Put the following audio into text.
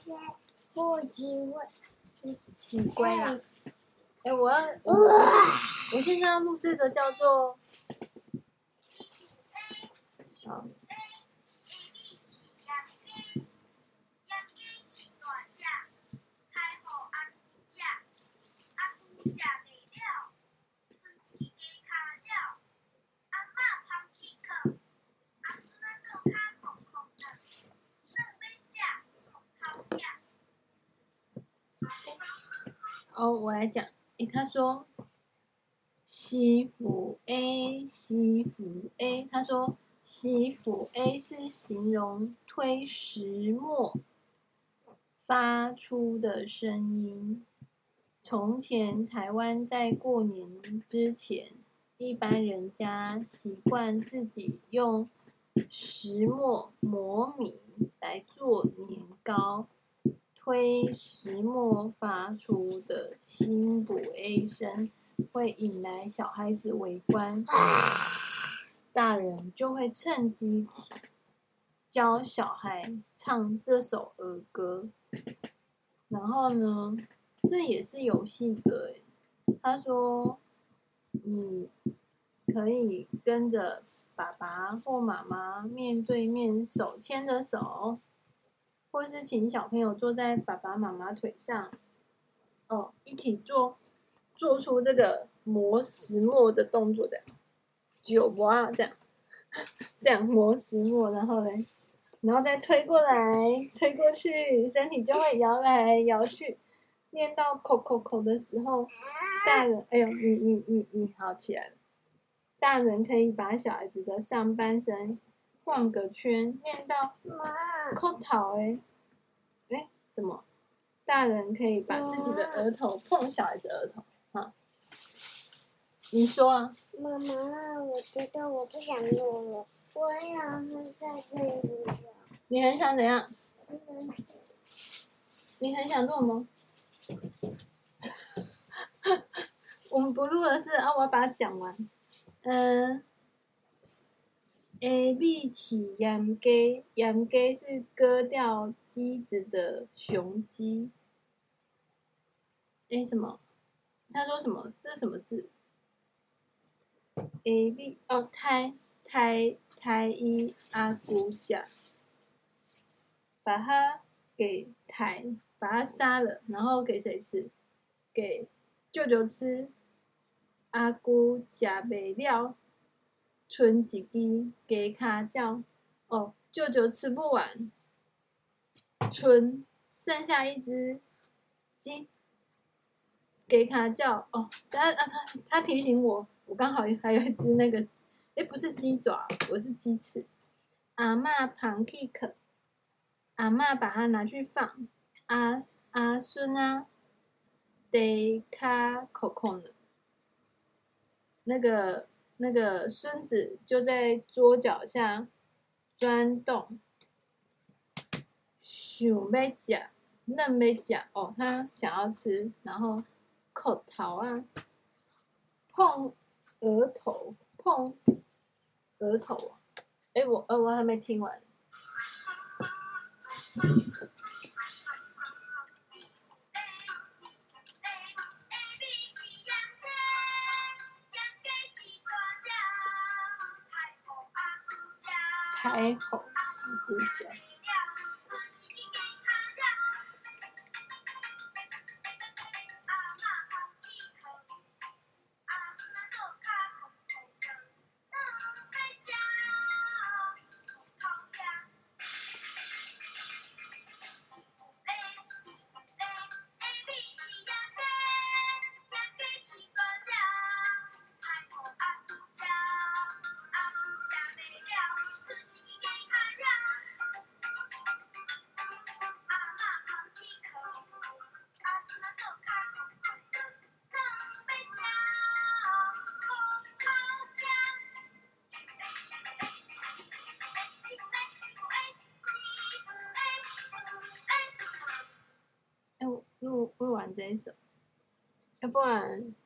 不机会， 奇怪啦。我现在要录这个叫做，好。我来讲。他说媳妇 A， 他说媳妇 A 是形容推石磨发出的声音。从前台湾在过年之前，一般人家习惯自己用石磨磨米来做年糕。推石磨发出的心补 A 声会引来小孩子围观，大人就会趁机教小孩唱这首儿歌。然后呢，这也是游戏歌。他说你可以跟着爸爸或妈妈面对面手牵着手，或是请小朋友坐在爸爸妈妈腿上，一起做出这个磨石磨的动作的，九磨啊，这样磨石磨，然后再推过来推过去，身体就会摇来摇去。念到口口口的时候，大人，哎呦，你好起来了。大人可以把小孩子的上半身晃个圈，念到扣头什么？大人可以把自己的额头碰小孩子额头啊。你说啊。 妈妈，我觉得我不想录了，我想在这里录。 你很想怎样？你很想录吗？我们不录的是我要把它讲完。A B 起羊鸡，羊鸡是割掉鸡子的雄鸡。什么？他说什么？这是什么字 ？A B 太一阿姑家，把它把它杀了，然后给谁吃？给舅舅吃。阿姑吃不了，剩一只鸡脚叫。舅舅吃不完，剩下一只鸡给他叫。他提醒我刚好还有一只那个，不是鸡爪，我是鸡翅。阿嬷旁去啃，阿嬷把它拿去放。阿孙啊，得卡口空了。那个孙子就在桌脚下钻洞，想要吃，嫩要吃他想要吃，然后口头啊，碰额头。我还没听完。太后阿姑家。录完这一首，要不然